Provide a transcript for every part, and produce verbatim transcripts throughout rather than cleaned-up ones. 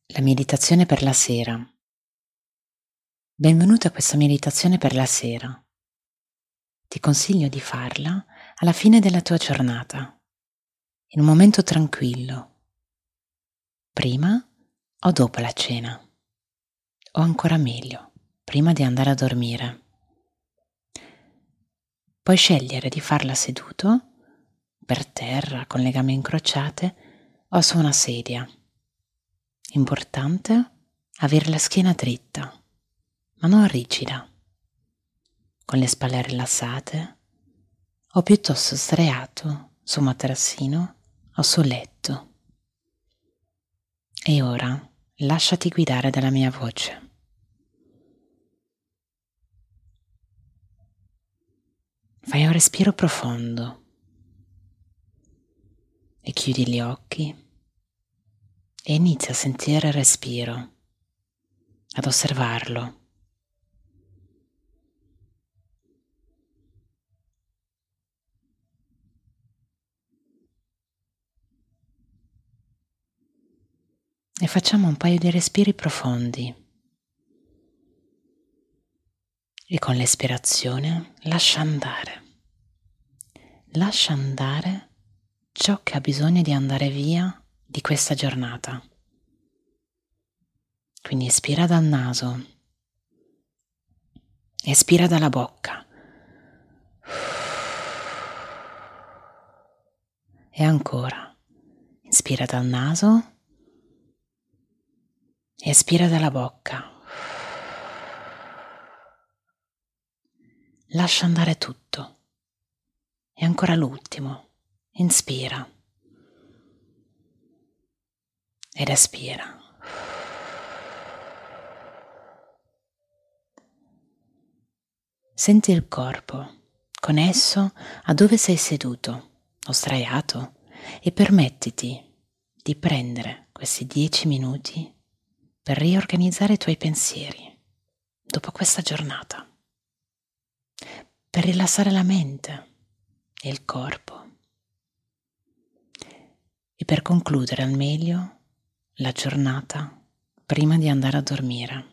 La meditazione per la sera. Benvenuto a questa meditazione per la sera. Ti consiglio di farla alla fine della tua giornata, in un momento tranquillo, prima o dopo la cena, o ancora meglio, prima di andare a dormire. Puoi scegliere di farla seduto, per terra, con le gambe incrociate o su una sedia. Importante avere la schiena dritta, ma non rigida, con le spalle rilassate o piuttosto sdraiato su un materassino o sul letto. E ora lasciati guidare dalla mia voce. Fai un respiro profondo e chiudi gli occhi e inizia a sentire il respiro, ad osservarlo. E facciamo un paio di respiri profondi. E con l'espirazione lascia andare. Lascia andare ciò che ha bisogno di andare via di questa giornata. Quindi espira dal naso, espira dalla bocca e ancora inspira dal naso, espira dalla bocca. Lascia andare tutto. E ancora l'ultimo, inspira ed espira. Senti il corpo, con esso a dove sei seduto o sdraiato, e permettiti di prendere questi dieci minuti per riorganizzare i tuoi pensieri dopo questa giornata, per rilassare la mente e il corpo e per concludere al meglio la giornata prima di andare a dormire.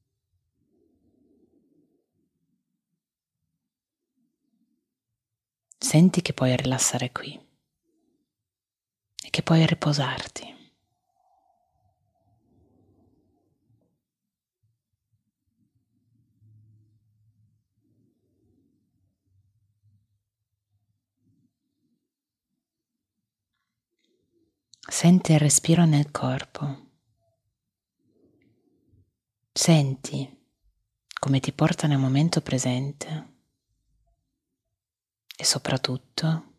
Senti che puoi rilassare qui e che puoi riposarti. Senti il respiro nel corpo. Senti come ti porta nel momento presente e soprattutto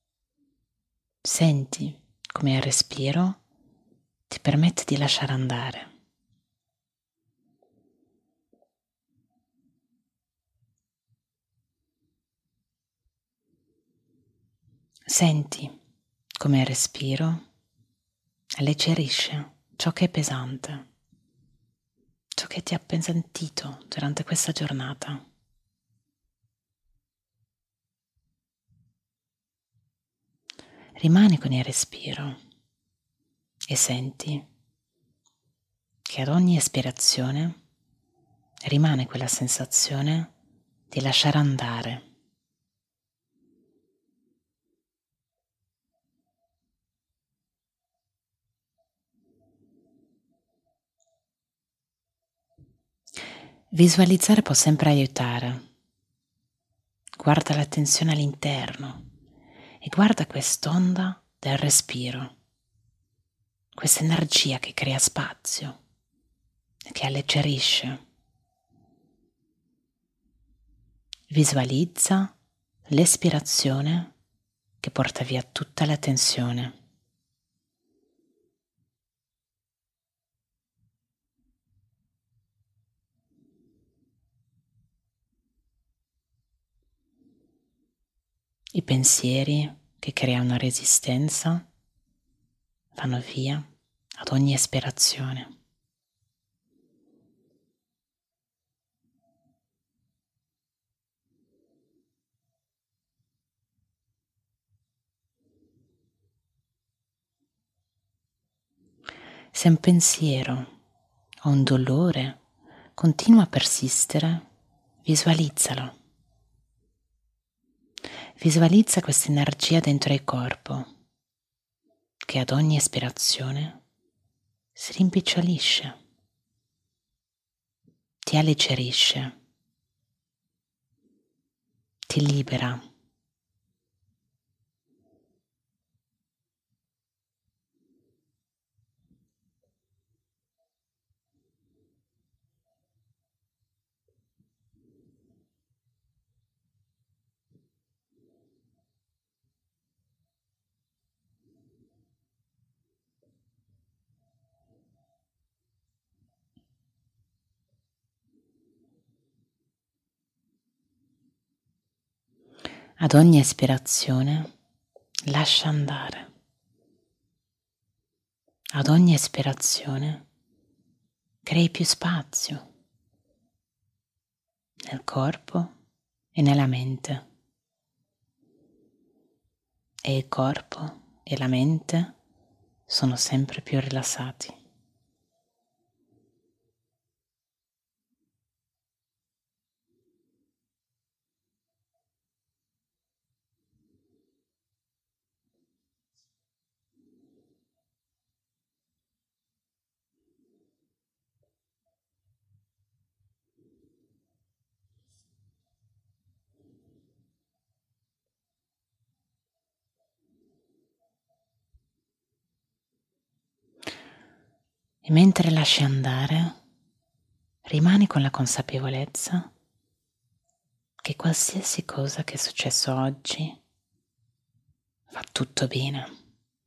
senti come il respiro ti permette di lasciare andare. Senti come il respiro alleggerisce ciò che è pesante, ciò che ti ha appesantito durante questa giornata. Rimani con il respiro e senti che ad ogni espirazione rimane quella sensazione di lasciare andare. Visualizzare può sempre aiutare. Guarda l'attenzione all'interno e guarda quest'onda del respiro, questa energia che crea spazio e che alleggerisce. Visualizza l'espirazione che porta via tutta la tensione. I pensieri che creano resistenza vanno via ad ogni espirazione. se un pensiero o un dolore continua a persistere, visualizzalo. Visualizza questa energia dentro il corpo che ad ogni espirazione si rimpicciolisce, ti alleggerisce, ti libera. Ad ogni espirazione lascia andare. Ad ogni espirazione crei più spazio nel corpo e nella mente. E il corpo e la mente sono sempre più rilassati. E mentre lasci andare, rimani con la consapevolezza che qualsiasi cosa che è successo oggi va tutto bene.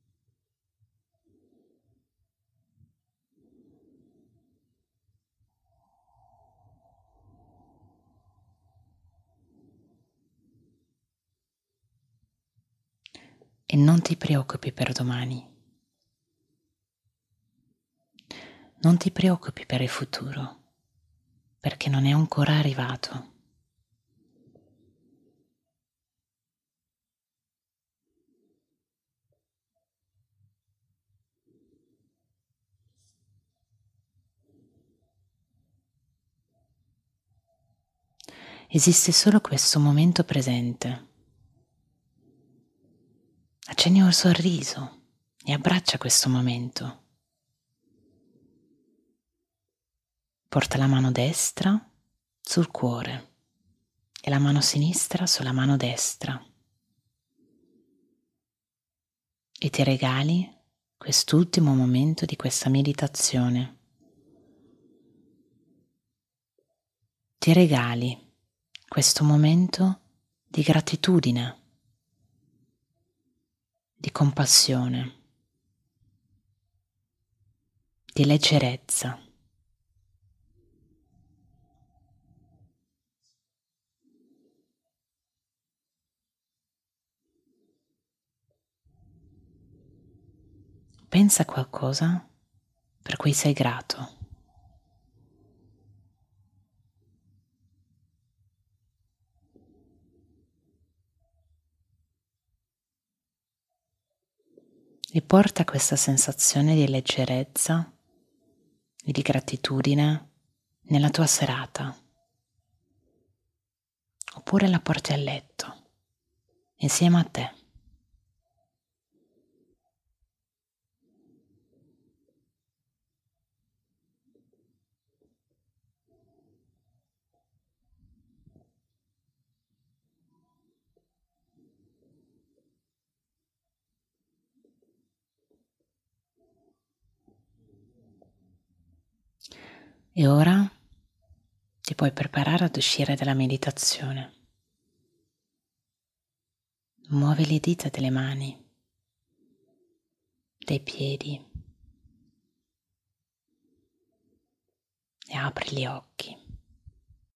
E non ti preoccupi per domani. Non ti preoccupi per il futuro, perché non è ancora arrivato. Esiste solo questo momento presente. Accendi un sorriso e abbraccia questo momento. Porta la mano destra sul cuore e la mano sinistra sulla mano destra e ti regali quest'ultimo momento di questa meditazione. Ti regali questo momento di gratitudine, di compassione, di leggerezza. Pensa a qualcosa per cui sei grato. E porta questa sensazione di leggerezza e di gratitudine nella tua serata. Oppure la porti a letto insieme a te. E ora ti puoi preparare ad uscire dalla meditazione. Muovi le dita delle mani, dei piedi e apri gli occhi.